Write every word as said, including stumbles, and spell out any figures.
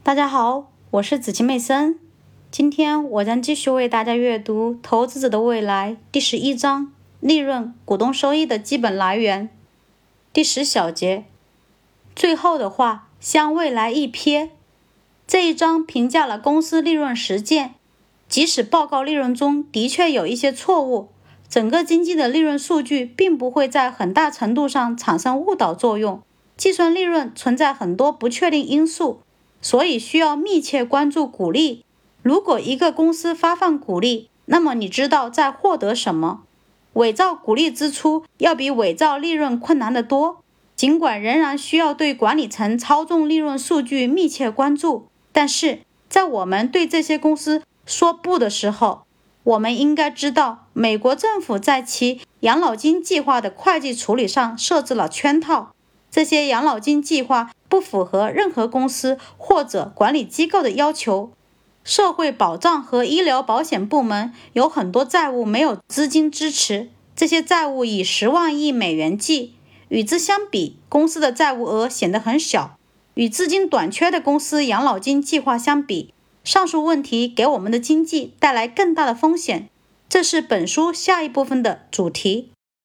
大家好，我是子晴妹森。今天我将继续为大家阅读《投资者的未来》第十一章：利润、股东收益的基本来源。第十小节，最后的话向未来一瞥。这一章评价了公司利润实践，即使报告利润中的确有一些错误，整个经济的利润数据并不会在很大程度上产生误导作用。计算利润存在很多不确定因素，所以需要密切关注股利。如果一个公司发放股利，那么你知道在获得什么。伪造股利支出要比伪造利润困难得多，尽管仍然需要对管理层操纵利润数据密切关注，但是在我们对这些公司说不的时候，我们应该知道美国政府在其养老金计划的会计处理上设置了圈套。这些养老金计划不符合任何公司或者管理机构的要求。社会保障和医疗保险部门有很多债务没有资金支持，这些债务以十万亿美元计，与之相比，公司的债务额显得很小。与资金短缺的公司养老金计划相比，上述问题给我们的经济带来更大的风险。这是本书下一部分的主题。